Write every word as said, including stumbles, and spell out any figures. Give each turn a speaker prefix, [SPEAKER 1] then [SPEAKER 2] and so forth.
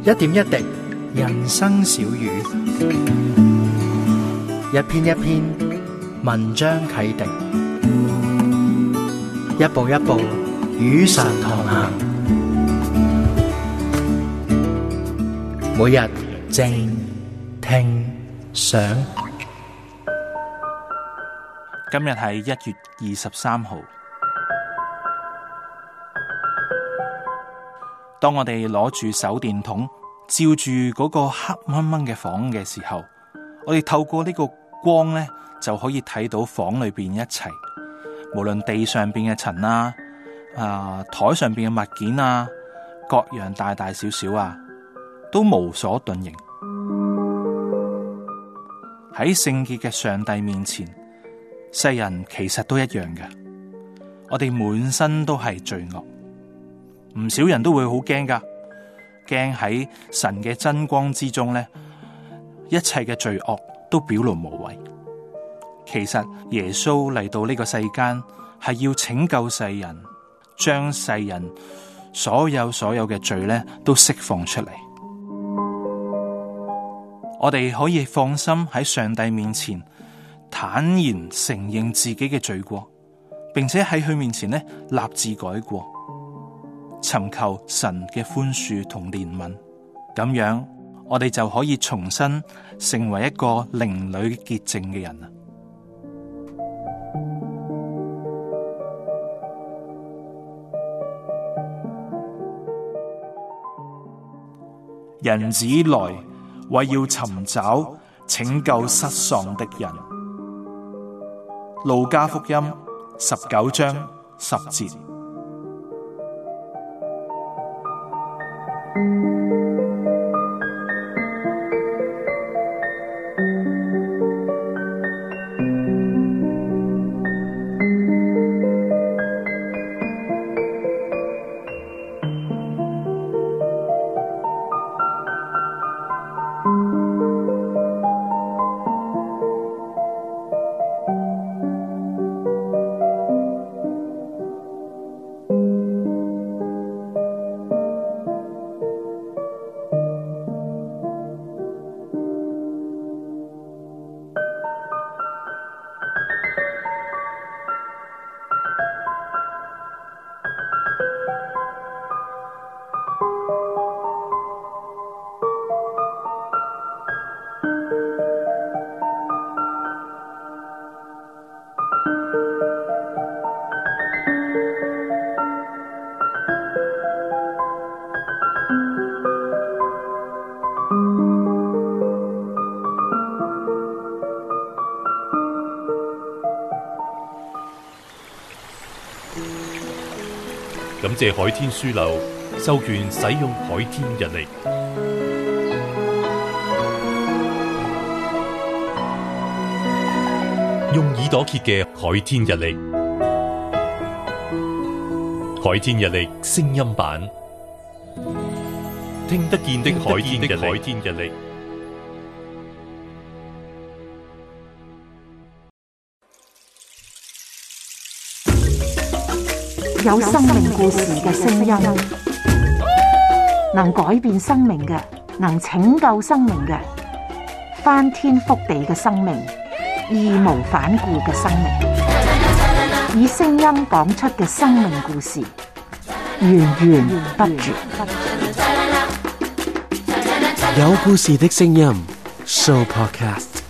[SPEAKER 1] 一點一滴，人生小語；一篇一篇，文章啟迪；一步一步，與神同行。每日靜聽想，
[SPEAKER 2] 今日係一月二十三號。當我哋攞住手電筒照住嗰個黑掹掹嘅房嘅時候，我哋透過呢個光咧，就可以睇到房裏邊一切，無論地上邊嘅塵啊、啊台上邊嘅物件啊，各樣大大小小啊，都無所遁形。喺聖潔嘅上帝面前，世人其實都一樣嘅。我哋滿身都係罪惡。唔少人都會好驚噶，驚喺神嘅真光之中咧，一切嘅罪惡都表露無遺。其實耶穌嚟到呢個世間係要拯救世人，將世人所有所有嘅罪咧都釋放出嚟。我哋可以放心喺上帝面前坦然承認自己嘅罪過，並且喺佢面前咧立志改過，尋求神嘅寬恕同憐憫，咁樣我哋就可以重新成為一個靈裡潔淨嘅人啊！人子來，為要尋找拯救失喪的人。路加福音十九章十節。
[SPEAKER 3] 感謝海天書樓授權使用海天日曆，用耳朵揭嘅海天日曆，海天日曆聲音版，聽得見的海天日曆。
[SPEAKER 4] 有生命故事嘅聲音，能改變生命嘅，能拯救生命嘅，翻天覆地嘅生命，義無反顧嘅生命，以聲音講出嘅生命故事，源源不絕。
[SPEAKER 5] 有故事的聲音 Show Podcast。